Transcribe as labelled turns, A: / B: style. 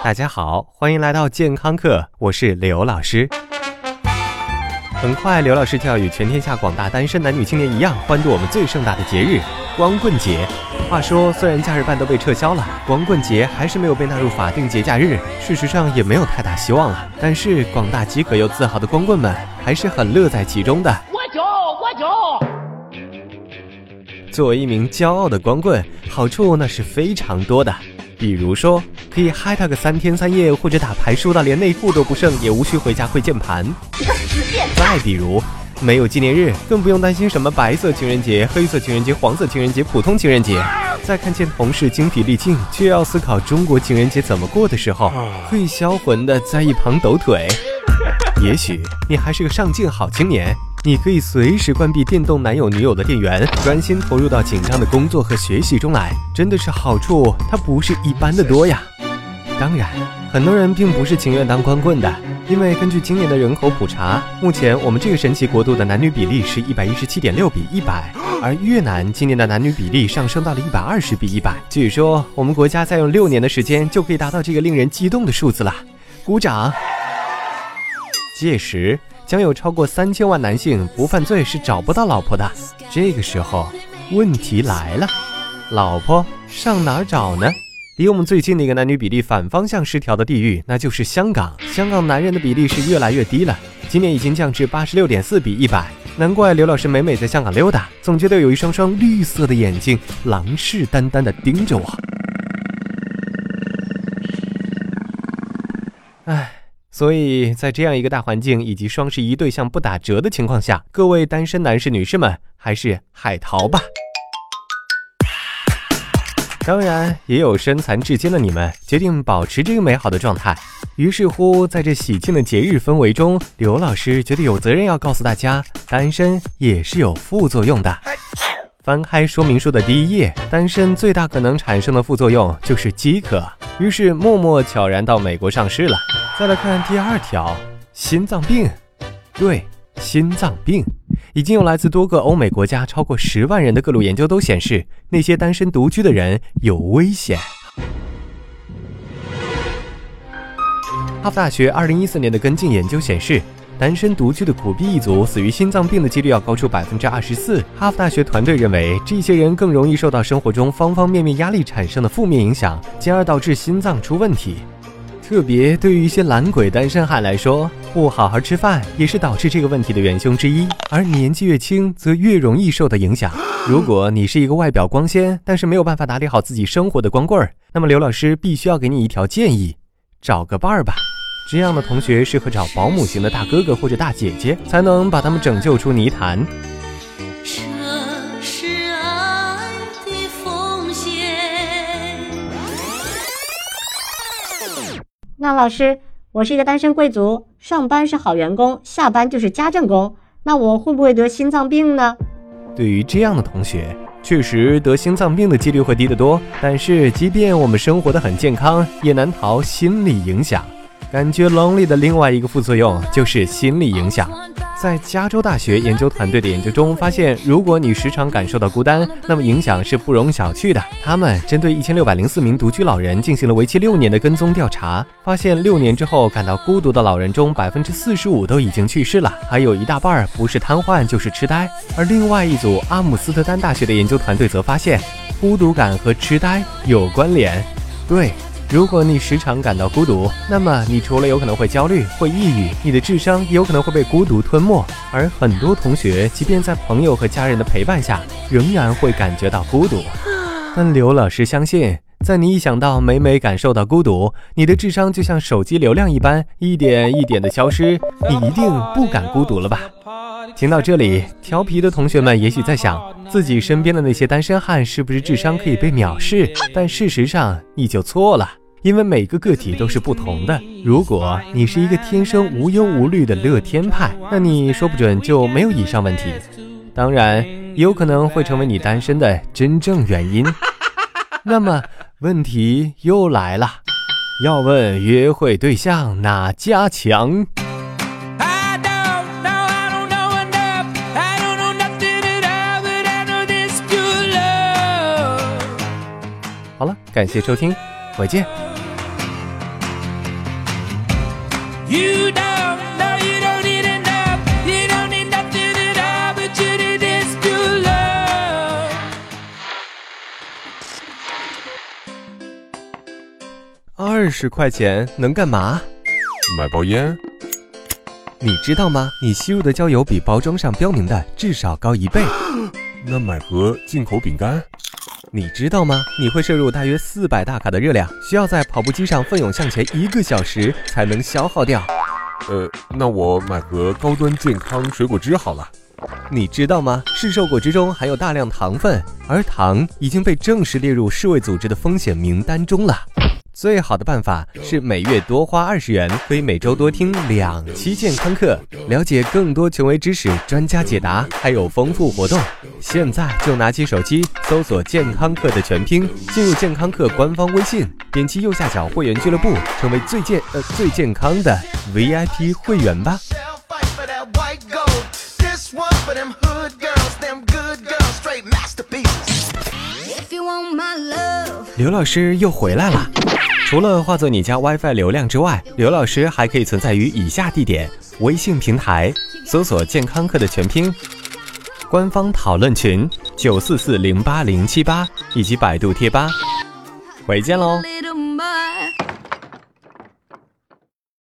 A: 大家好，欢迎来到健康课，我是刘老师。很快，刘老师就要与全天下广大单身男女青年一样，欢度我们最盛大的节日——光棍节。话说，虽然假日办都被撤销了，光棍节还是没有被纳入法定节假日，事实上也没有太大希望了。但是，广大饥渴又自豪的光棍们还是很乐在其中的。
B: 我酒。
A: 作为一名骄傲的光棍，好处那是非常多的。比如说，可以嗨他个3天3夜，或者打牌输到连内裤都不剩，也无需回家跪键盘。再比如，没有纪念日，更不用担心什么白色情人节、黑色情人节、黄色情人节、普通情人节。在看见同事精疲力尽，却要思考中国情人节怎么过的时候，可以销魂的在一旁抖腿。也许你还是个上进好青年，你可以随时关闭电动男友女友的电源，专心投入到紧张的工作和学习中来。真的是好处，它不是一般的多呀。当然，很多人并不是情愿当光棍的，因为根据今年的人口普查，目前我们这个神奇国度的男女比例是117.6比100，而越南今年的男女比例上升到了120比100。据说我们国家再用6年的时间就可以达到这个令人激动的数字了，鼓掌！届时将有超过3000万男性不犯罪是找不到老婆的。这个时候，问题来了，老婆上哪儿找呢？离我们最近的一个男女比例反方向失调的地域，那就是香港。香港男人的比例是越来越低了，今年已经降至86.4比100。难怪刘老师每在香港溜达，总觉得有一双双绿色的眼睛狼视眈眈地盯着我。所以在这样一个大环境以及双11对象不打折的情况下，各位单身男士女士们还是海淘吧。当然也有身残志坚的你们决定保持这个美好的状态，于是乎在这喜庆的节日氛围中，刘老师觉得有责任要告诉大家，单身也是有副作用的。翻开说明书的第1页，单身最大可能产生的副作用就是饥渴，于是默默悄然到美国上市了。再来看第2条，心脏病。对，心脏病。已经有来自多个欧美国家超过10万人的各路研究都显示，那些单身独居的人有危险。哈佛大学2014年的跟进研究显示，单身独居的苦逼一族死于心脏病的几率要高出24%。哈佛大学团队认为，这些人更容易受到生活中方方面面压力产生的负面影响，进而导致心脏出问题。特别对于一些懒鬼单身汉来说，不好好吃饭也是导致这个问题的元凶之一，而年纪越轻则越容易受到影响。如果你是一个外表光鲜但是没有办法打理好自己生活的光棍儿，那么刘老师必须要给你一条建议，找个伴儿吧。这样的同学适合找保姆型的大哥哥或者大姐姐，才能把他们拯救出泥潭。
C: 那老师，我是一个单身贵族，上班是好员工，下班就是家政工，那我会不会得心脏病呢？
A: 对于这样的同学，确实得心脏病的几率会低得多，但是即便我们生活得很健康，也难逃心理影响。感觉 lonely 的另外一个副作用就是心理影响。在加州大学研究团队的研究中发现，如果你时常感受到孤单，那么影响是不容小觑的。他们针对1604名独居老人进行了为期6年的跟踪调查，发现6年之后感到孤独的老人中45%都已经去世了，还有一大半不是瘫痪就是痴呆。而另外一组阿姆斯特丹大学的研究团队则发现，孤独感和痴呆有关联。对，如果你时常感到孤独，那么你除了有可能会焦虑、会抑郁，你的智商也有可能会被孤独吞没。而很多同学即便在朋友和家人的陪伴下，仍然会感觉到孤独。但刘老师相信，在你一想到每感受到孤独，你的智商就像手机流量一般，一点一点的消失，你一定不敢孤独了吧？听到这里，调皮的同学们也许在想，自己身边的那些单身汉是不是智商可以被藐视？但事实上你就错了，因为每个个体都是不同的。如果你是一个天生无忧无虑的乐天派，那你说不准就没有以上问题。当然，也有可能会成为你单身的真正原因。那么问题又来了，要问约会对象哪家强？好了，感谢收听，回见。
B: You don't, no, you don't need enough. You don't need nothing at all, but you need this true love.
A: 20块钱能干嘛？
D: 买包烟。
A: 你知道吗？你吸入的焦油比包装上标明的至少高1倍。
D: 那买盒进口饼干。
A: 你知道吗？你会摄入大约400大卡的热量，需要在跑步机上奋勇向前1个小时才能消耗掉。
D: 那我买盒高端健康水果汁好了。
A: 你知道吗？市售果汁中含有大量糖分，而糖已经被正式列入世卫组织的风险名单中了。最好的办法是每月多花20元，可以每周多听2期健康课，了解更多权威知识、专家解答，还有丰富活动。现在就拿起手机搜索健康课的全拼，进入健康课官方微信，点击右下角会员俱乐部，成为最健康的 VIP 会员吧。刘老师又回来了。除了化作你家 WiFi 流量之外，刘老师还可以存在于以下地点：微信平台搜索健康课的全拼，官方讨论群944080078，以及百度贴吧。回见喽。